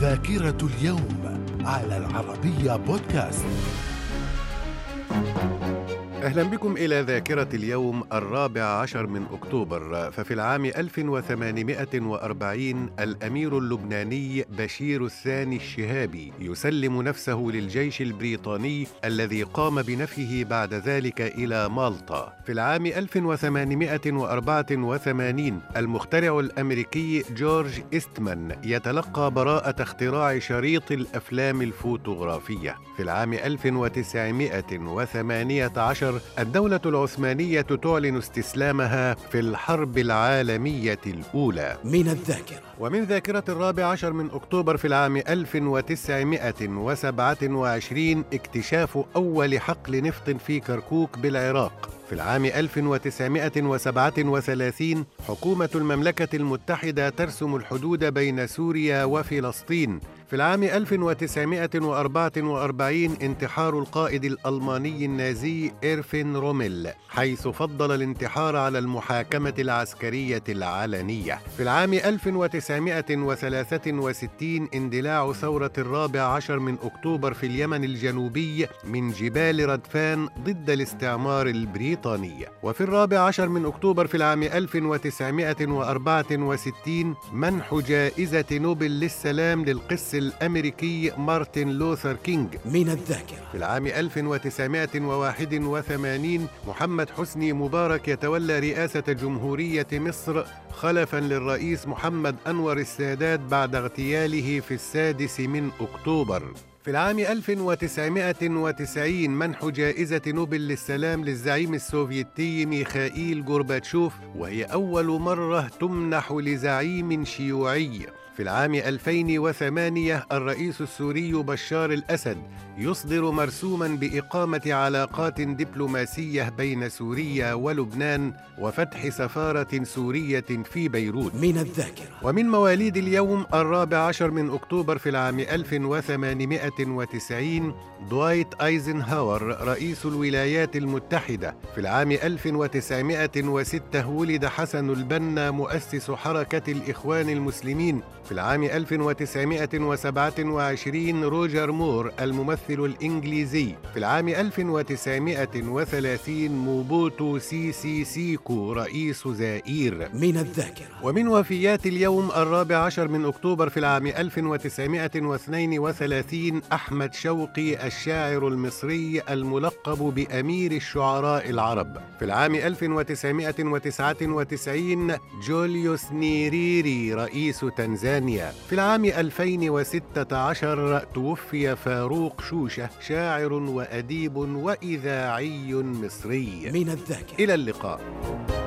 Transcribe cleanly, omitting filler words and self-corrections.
ذاكرة اليوم على العربية بودكاست. أهلا بكم إلى ذاكرة اليوم 14 من أكتوبر. ففي العام 1840 الأمير اللبناني بشير الثاني الشهابي يسلم نفسه للجيش البريطاني الذي قام بنفيه بعد ذلك إلى مالطا. في العام 1884 المخترع الأمريكي جورج إستمان يتلقى براءة اختراع شريط الأفلام الفوتوغرافية. في العام 1918 الدولة العثمانية تعلن استسلامها في الحرب العالمية الأولى. من الذاكرة. ومن ذاكرة 14 من أكتوبر في العام 1927 اكتشاف أول حقل نفط في كركوك بالعراق. في العام 1937 حكومة المملكة المتحدة ترسم الحدود بين سوريا وفلسطين. في العام 1944 انتحار القائد الألماني النازي إيرفين روميل، حيث فضل الانتحار على المحاكمة العسكرية العلنية. في العام 1963 اندلاع ثورة 14 من أكتوبر في اليمن الجنوبي من جبال ردفان ضد الاستعمار البريطاني. وفي 14 من أكتوبر في العام 1964 منح جائزة نوبل للسلام للقس الأمريكي مارتن لوثر كينج. من الذاكرة. في العام 1981 محمد حسني مبارك يتولى رئاسة جمهورية مصر خلفاً للرئيس محمد أنور السادات بعد اغتياله في 6 من أكتوبر. في العام 1990 منح جائزة نوبل للسلام للزعيم السوفيتي ميخائيل غورباتشوف، وهي أول مرة تمنح لزعيم شيوعي. في العام 2008 الرئيس السوري بشار الأسد يصدر مرسوماً بإقامة علاقات دبلوماسية بين سوريا ولبنان وفتح سفارة سورية في بيروت. من الذاكرة. ومن مواليد اليوم 14 من أكتوبر في العام 1890 دوايت أيزنهاور رئيس الولايات المتحدة. في العام 1906 ولد حسن البنا مؤسس حركة الإخوان المسلمين. في العام 1927 روجر مور الممثل الإنجليزي. في العام 1930 موبوتو سيسي سيكو رئيس زائير. من الذاكرة. ومن وفيات اليوم 14 من أكتوبر في العام 1932 أحمد شوقي الشاعر المصري الملقب بأمير الشعراء العرب. في العام 1999 جوليوس نيريري رئيس تنزانيا. في العام 2016 توفي فاروق شوشة شاعر وأديب وإذاعي مصري. من الذاكرة. إلى اللقاء.